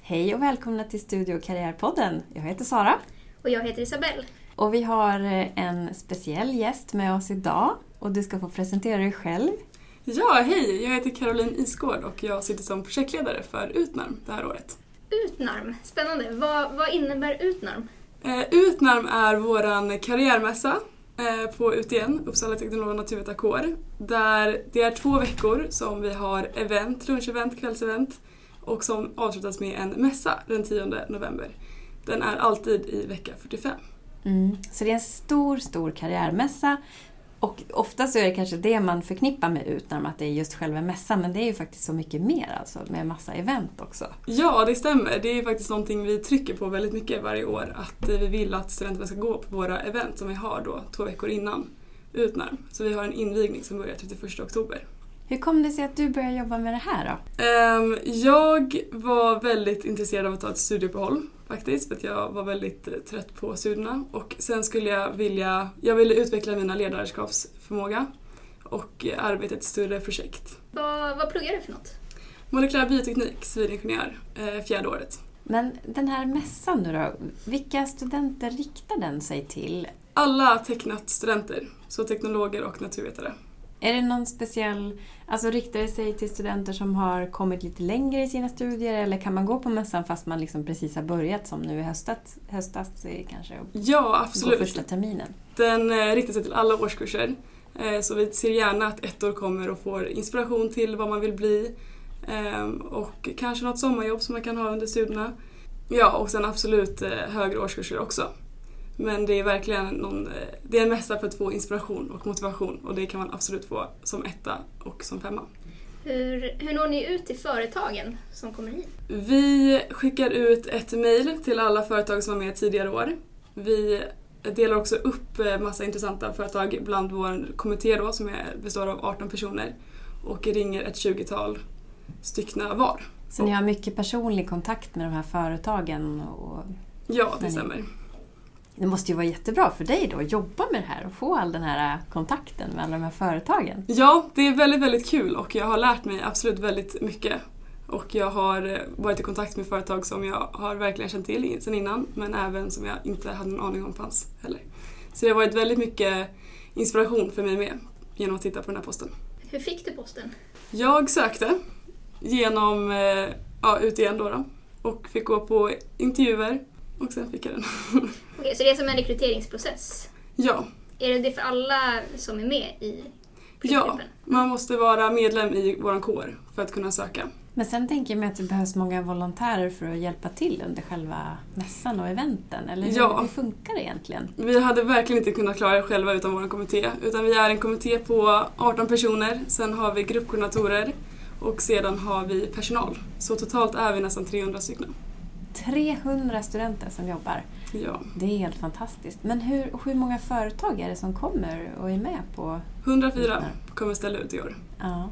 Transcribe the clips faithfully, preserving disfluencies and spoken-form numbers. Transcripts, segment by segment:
Hej och välkomna till Studio- och karriärpodden. Jag heter Sara. Och jag heter Isabelle. Och vi har en speciell gäst med oss idag. Och du ska få presentera dig själv. Ja, hej! Jag heter Caroline Isgård och jag sitter som projektledare för Utnarm det här året. Utnarm, spännande. Vad, vad innebär Utnarm? Eh, Utnarm är våran karriärmässa eh, på U T N, Uppsala teknolog- och naturvetarkår. Där det är två veckor som vi har event, lunchevent, kvällsevent och som avslutas med en mässa den tionde november. Den är alltid i vecka fyrtiofem. Mm. Så det är en stor, stor karriärmässa. Och ofta så är det kanske det man förknippar med Utnarm, att det är just själva mässan. Men det är ju faktiskt så mycket mer, alltså, med massa event också. Ja, det stämmer. Det är faktiskt någonting vi trycker på väldigt mycket varje år. Att vi vill att studenterna ska gå på våra event som vi har då två veckor innan Utnarm. Så vi har en invigning som börjar trettioförsta oktober. Hur kom det sig att du började jobba med det här då? Um, jag var väldigt intresserad av att ta ett studieuppehåll faktiskt. För att jag var väldigt uh, trött på studierna. Och sen skulle jag vilja, jag ville utveckla mina ledarskapsförmåga och uh, arbeta i ett större projekt. Vad, vad pluggar du för något? Molekylär bioteknik, civilingenjör, uh, fjärde året. Men den här mässan nu då, vilka studenter riktar den sig till? Alla tecknat studenter, så teknologer och naturvetare. Är det någon speciell, alltså riktar det sig till studenter som har kommit lite längre i sina studier, eller kan man gå på mässan fast man liksom precis har börjat, som nu i höstas, höstas kanske? Ja, absolut. På första terminen. Den eh, riktar sig till alla årskurser. Eh, så vi ser gärna att ettor kommer och får inspiration till vad man vill bli. Eh, och kanske något sommarjobb som man kan ha under studierna. Ja, och sen absolut eh, högre årskurser också. Men det är verkligen någon, det är en mässa för att få inspiration och motivation. Och det kan man absolut få som etta och som femma. Hur, hur når ni ut till företagen som kommer hit? Vi skickar ut ett mejl till alla företag som var med tidigare år. Vi delar också upp massa intressanta företag bland vår kommitté då, som är, består av arton personer. Och ringer ett tjugotal styckna var. Så ni har mycket personlig kontakt med de här företagen? Och ja, det stämmer. Ni... Det måste ju vara jättebra för dig då att jobba med det här och få all den här kontakten med alla de här företagen. Ja, det är väldigt, väldigt kul och jag har lärt mig absolut väldigt mycket. Och jag har varit i kontakt med företag som jag har verkligen känt till sedan innan, men även som jag inte hade någon aning om fanns heller. Så det har varit väldigt mycket inspiration för mig med genom att titta på den här posten. Hur fick du posten? Jag sökte genom ja, ut igen då, då och fick gå på intervjuer. Och sen fick jag den. Okej, så det är som en rekryteringsprocess? Ja. Är det det för alla som är med i projektgruppen? Ja, man måste vara medlem i vår kår för att kunna söka. Men sen tänker jag mig att det behövs många volontärer för att hjälpa till under själva mässan och eventen. Eller hur, ja. hur funkar det egentligen? Vi hade verkligen inte kunnat klara det själva utan vår kommitté. Utan vi är en kommitté på arton personer. Sen har vi gruppkoordinatorer och sedan har vi personal. Så totalt är vi nästan trehundra stycken. trehundra studenter som jobbar. Ja. Det är helt fantastiskt. Men hur, hur många företag är det som kommer och är med på? hundrafyra kommer ställa ut i år. Ja.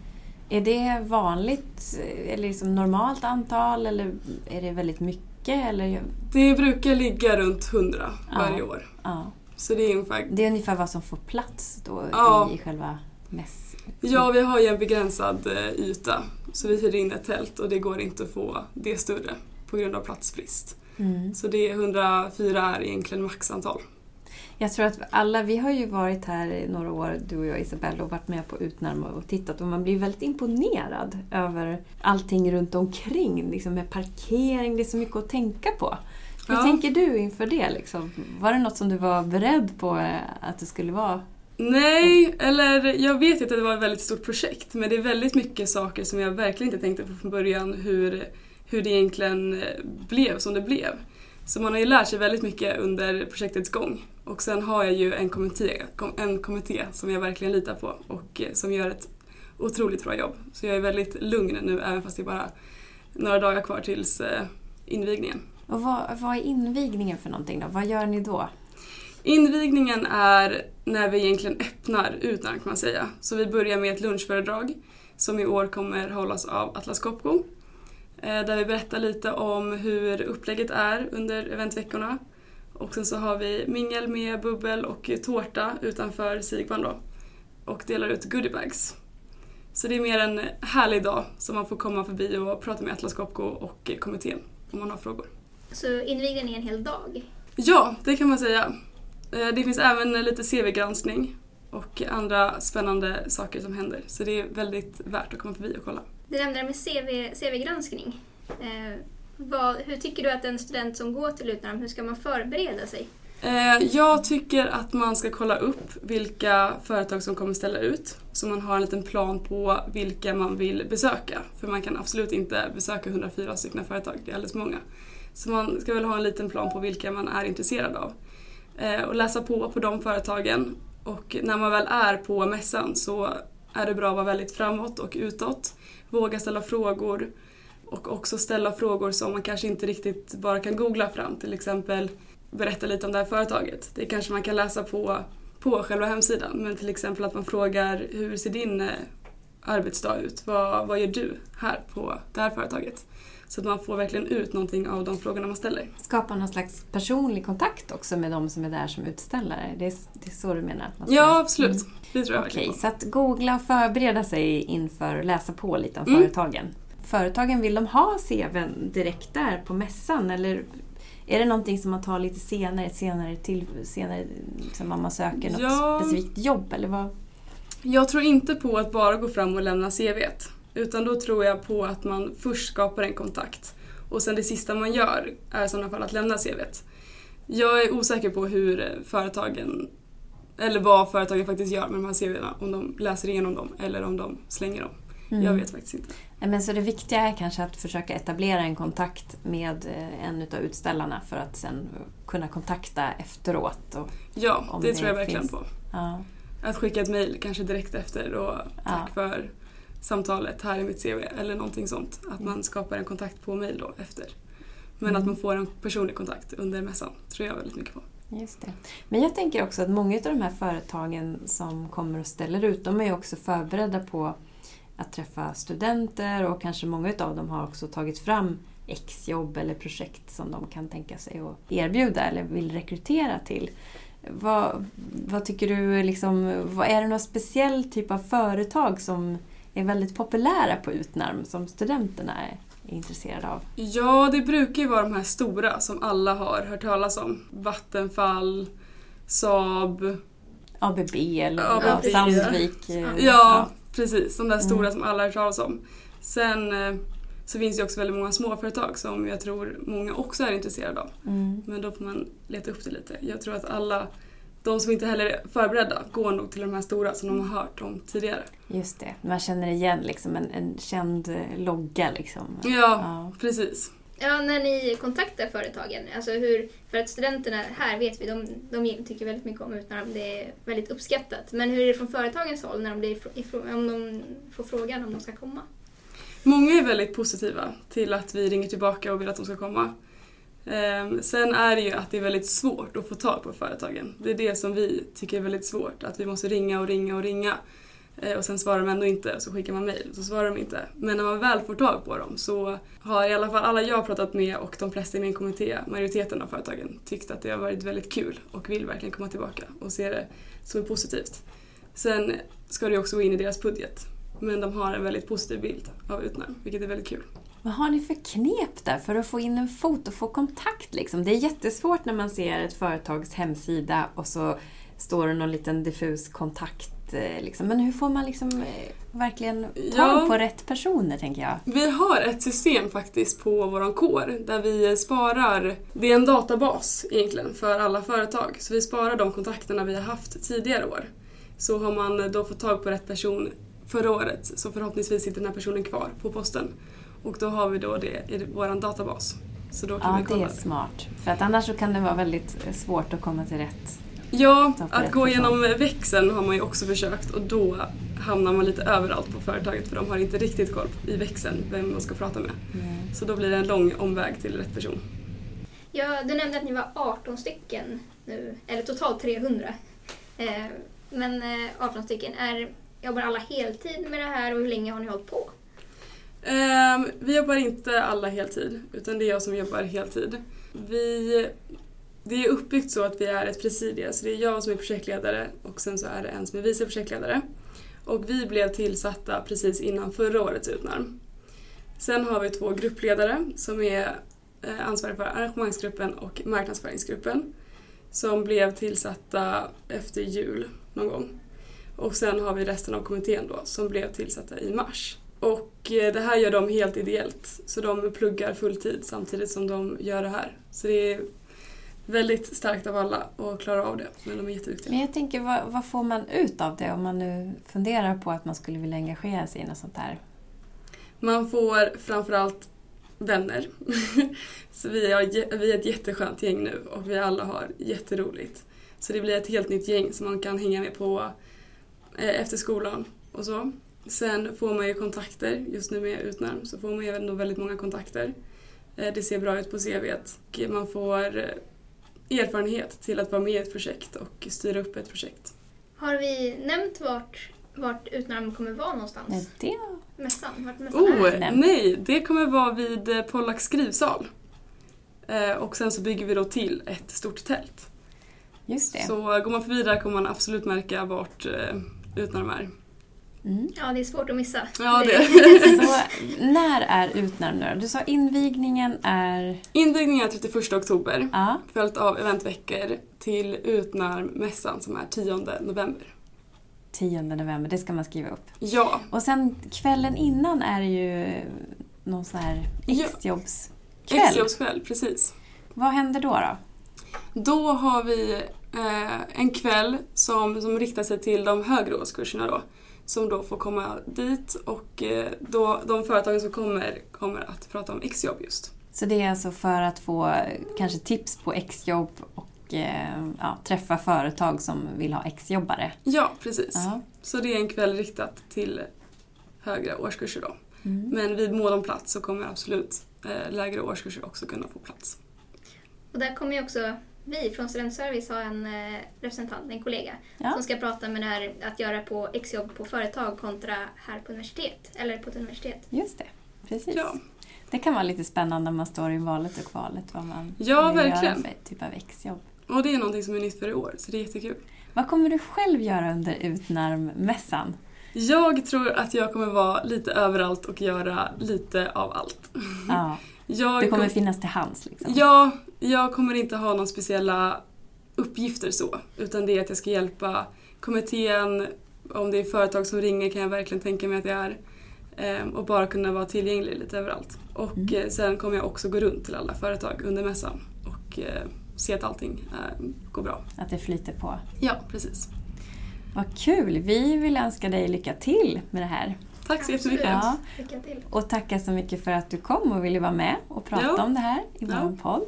Är det vanligt, eller liksom normalt antal, eller är det väldigt mycket? Eller? Det brukar ligga runt hundra ja. varje år. Ja. Så det är ungefär... Det är ungefär vad som får plats då ja. i själva mäss. Ja, vi har ju en begränsad yta. Så vi hyr in ett tält och det går inte att få det större på grund av platsbrist. Mm. Så det är hundrafyra är egentligen maxantal. Jag tror att alla, vi har ju varit här i några år, du och jag Isabelle, och varit med på Utnarm och tittat, och man blir väldigt imponerad över allting runt omkring, liksom med parkering, det är så mycket att tänka på. Hur ja. tänker du inför det? Liksom? Var det något som du var beredd på att det skulle vara? Nej, eller jag vet att det var ett väldigt stort projekt, men det är väldigt mycket saker som jag verkligen inte tänkte på från början, hur, hur det egentligen blev som det blev. Så man har ju lärt sig väldigt mycket under projektets gång. Och sen har jag ju en kommitté, en kommitté som jag verkligen litar på och som gör ett otroligt bra jobb. Så jag är väldigt lugn nu, även fast det är bara några dagar kvar tills invigningen. Och vad, vad är invigningen för någonting då? Vad gör ni då? Invigningen är när vi egentligen öppnar Utnarm, kan man säga. Så vi börjar med ett lunchföredrag som i år kommer hållas av Atlas Copco. Där vi berättar lite om hur upplägget är under eventveckorna. Och sen så har vi mingel med bubbel och tårta utanför Sigvan då. Och delar ut goodiebags. Så det är mer en härlig dag som man får komma förbi och prata med Atlas Copco och kommittén om man har frågor. Så invigde ni en hel dag? Ja, det kan man säga. Det finns även lite C V-granskning och andra spännande saker som händer. Så det är väldigt värt att komma förbi och kolla. Du nämnde det med C V, C V-granskning. Eh, vad, hur tycker du att en student som går till Utnarm, hur ska man förbereda sig? Eh, jag tycker att man ska kolla upp vilka företag som kommer ställa ut. Så man har en liten plan på vilka man vill besöka. För man kan absolut inte besöka hundrafyra stycken företag, det är alldeles många. Så man ska väl ha en liten plan på vilka man är intresserad av. Eh, och läsa på på de företagen. Och när man väl är på mässan så är det bra att vara väldigt framåt och utåt. Våga ställa frågor. Och också ställa frågor som man kanske inte riktigt bara kan googla fram. Till exempel berätta lite om det här företaget. Det kanske man kan läsa på, på själva hemsidan. Men till exempel att man frågar hur ser din eh, arbetsdag ut? Vad, vad gör du här på det här företaget? Så att man får verkligen ut någonting av de frågorna man ställer. Skapa någon slags personlig kontakt också med de som är där som utställare. Det är, det är så du menar? Att man ska... Ja, absolut. Mm. Det tror jag Okej, verkligen på. Så att googla och förbereda sig inför att läsa på lite om Mm. företagen. Företagen, vill de ha C V:n direkt där på mässan? Eller är det någonting som man tar lite senare, senare till, senare som man söker något Ja. specifikt jobb? Eller vad? Jag tror inte på att bara gå fram och lämna C V:t. Utan då tror jag på att man först skapar en kontakt. Och sen det sista man gör är i sådana fall att lämna C V:t. Jag är osäker på hur företagen, eller vad företagen faktiskt gör med de här C V:na. Om de läser igenom dem eller om de slänger dem. Mm. Jag vet faktiskt inte. Men så det viktiga är kanske att försöka etablera en kontakt med en av utställarna för att sen kunna kontakta efteråt. Och ja, det, det tror jag verkligen finns. på. Ja. Att skicka ett mejl kanske direkt efter och tack ja. för samtalet, här är mitt C V eller någonting sånt. Att man skapar en kontakt på mejl då efter. Men mm. att man får en personlig kontakt under mässan tror jag väldigt mycket på. Just det. Men jag tänker också att många av de här företagen som kommer och ställer ut, de är också förberedda på att träffa studenter och kanske många av dem har också tagit fram exjobb eller projekt som de kan tänka sig att erbjuda eller vill rekrytera till. Vad, vad tycker du, liksom, vad är det någon speciell typ av företag som är väldigt populära på Utnarm som studenterna är intresserade av? Ja, det brukar ju vara de här stora som alla har hört talas om. Vattenfall, Saab, A B B eller A B B. Ja, Sandvik. Ja, ja, precis. De där stora mm. som alla har hört talas om. Sen så finns det också väldigt många småföretag som jag tror många också är intresserade av. Mm. Men då får man leta upp det lite. Jag tror att alla, de som inte heller är förberedda, går nog till de här stora som de har hört om tidigare. Just det. Man känner igen liksom en, en känd logga. Liksom. Ja, ja, precis. Ja, när ni kontaktar företagen, alltså hur, för att studenterna här vet vi, de, de tycker väldigt mycket om Utnarm, det är väldigt uppskattat. Men hur är det från företagens håll när de, blir, om de får frågan om de ska komma? Många är väldigt positiva till att vi ringer tillbaka och vill att de ska komma. Ehm, sen är det ju att det är väldigt svårt att få tag på företagen. Det är det som vi tycker är väldigt svårt, att vi måste ringa och ringa och ringa. Och sen svarar de ändå inte, så skickar man mejl så svarar de inte. Men när man väl får tag på dem så har i alla fall alla jag har pratat med och de flesta i min kommitté, majoriteten av företagen, tyckt att det har varit väldigt kul och vill verkligen komma tillbaka och se det som är positivt. Sen ska det också gå in i deras budget. Men de har en väldigt positiv bild av Utnarm, vilket är väldigt kul. Vad har ni för knep där för att få in en fot och få kontakt? Liksom? Det är jättesvårt när man ser ett företags hemsida och så står det någon liten diffus kontakt. Liksom. Men hur får man liksom verkligen tag ja, på rätt personer, tänker jag? Vi har ett system faktiskt på våran kår där vi sparar, det är en databas egentligen för alla företag. Så vi sparar de kontakterna vi har haft tidigare år. Så har man då fått tag på rätt person förra året så förhoppningsvis sitter den här personen kvar på posten. Och då har vi då det i våran databas. Så då kan ja, vi kolla det är smart. För att annars så kan det vara väldigt svårt att komma till rätt. Ja, att gå igenom växeln har man ju också försökt och då hamnar man lite överallt på företaget för de har inte riktigt koll i växeln vem man ska prata med. Mm. Så då blir det en lång omväg till rätt person. Ja, du nämnde att ni var arton stycken nu, eller totalt trehundra. Eh, men eh, arton stycken, är, jobbar alla heltid med det här och hur länge har ni hållit på? Eh, vi jobbar inte alla heltid utan det är jag som jobbar heltid. Vi... Det är uppbyggt så att vi är ett presidie, så det är jag som är projektledare och sen så är det en som är vice projektledare. Och vi blev tillsatta precis innan förra årets Utnarm. Sen har vi två gruppledare som är ansvarig för arrangemangsgruppen och marknadsföringsgruppen som blev tillsatta efter jul någon gång. Och sen har vi resten av kommittén då som blev tillsatta i mars. Och det här gör de helt ideellt, så de pluggar fulltid samtidigt som de gör det här. Så det är väldigt starkt av alla att klara av det, men de är jätteduktiga. Men jag tänker, vad, vad får man ut av det om man nu funderar på att man skulle vilja engagera sig i något sånt här? Man får framförallt vänner. Så vi är, vi är ett jätteskönt gäng nu och vi alla har jätteroligt. Så det blir ett helt nytt gäng som man kan hänga med på eh, efter skolan och så. Sen får man ju kontakter, just nu med Utnarm så får man ju ändå väldigt många kontakter. Eh, det ser bra ut på C V:t och man får eh, erfarenhet till att vara med i ett projekt och styra upp ett projekt. Har vi nämnt vart, vart Utnarm kommer vara någonstans? Nej, det... Mässan? Vart mässan Oh, är? nej, det kommer vara vid Pollacks skrivsal. Eh, och sen så bygger vi då till ett stort tält. Just det. Så går man förbi där kommer man absolut märka vart eh, Utnarm är. Mm. Ja, det är svårt att missa. Ja, det. Så när är Utnarm nu? Du sa invigningen är... Invigningen är trettioförsta oktober, Ja. följt av eventveckor till Utnarm-mässan som är tionde november. tionde november, det ska man skriva upp. Ja, Och sen kvällen innan är det ju någon sån här Ja. exjobbskväll. exjobbskväll, precis. Vad händer då då? Då har vi eh, en kväll som, som riktar sig till de högre årskurserna då. Som då får komma dit och eh, då, de företagen som kommer kommer att prata om exjobb just. Så det är alltså för att få kanske tips på exjobb och eh, ja, träffa företag som vill ha exjobbare. Ja, precis. Ja. Så det är en kväll riktat till högre årskurser då. Mm. Men vid mål om plats så kommer absolut eh, lägre årskurser också kunna få plats. Och där kommer ju också vi från Studentservice ha en eh, representant, en kollega, Ja. som ska prata med det här att göra på exjobb på företag kontra här på universitet, eller på ett universitet. Just det, precis. Ja. Det kan vara lite spännande när man står i valet och kvalet vad man Ja, vill verkligen. göra för typ av exjobb. Och det är någonting som är nytt för i år, så det är jättekul. Vad kommer du själv göra under Utnarm-mässan? Jag tror att jag kommer vara lite överallt och göra lite av allt. Ja, Jag du kommer kom- finnas till hands liksom. Ja, jag kommer inte ha några speciella uppgifter så. Utan det är att jag ska hjälpa kommittén. Om det är företag som ringer kan jag verkligen tänka mig att jag är. Ehm, och bara kunna vara tillgänglig lite överallt. Och Mm. eh, sen kommer jag också gå runt till alla företag under mässan. Och eh, se att allting eh, går bra. Att det flyter på. Ja, precis. Vad kul! Vi vill önska dig lycka till med det här. Tack så jättemycket. Ja. Lycka till. Och tacka så mycket för att du kom och ville vara med och prata Ja. om det här i vår Ja. podd.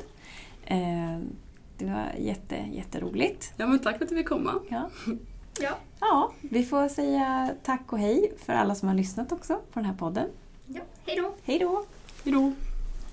Eh, det var jätte, jätteroligt. Ja, men tack för att du fick komma. Ja. Ja, ja, vi får säga tack och hej för alla som har lyssnat också på den här podden. ja. Hej då! Hej då! Hej då.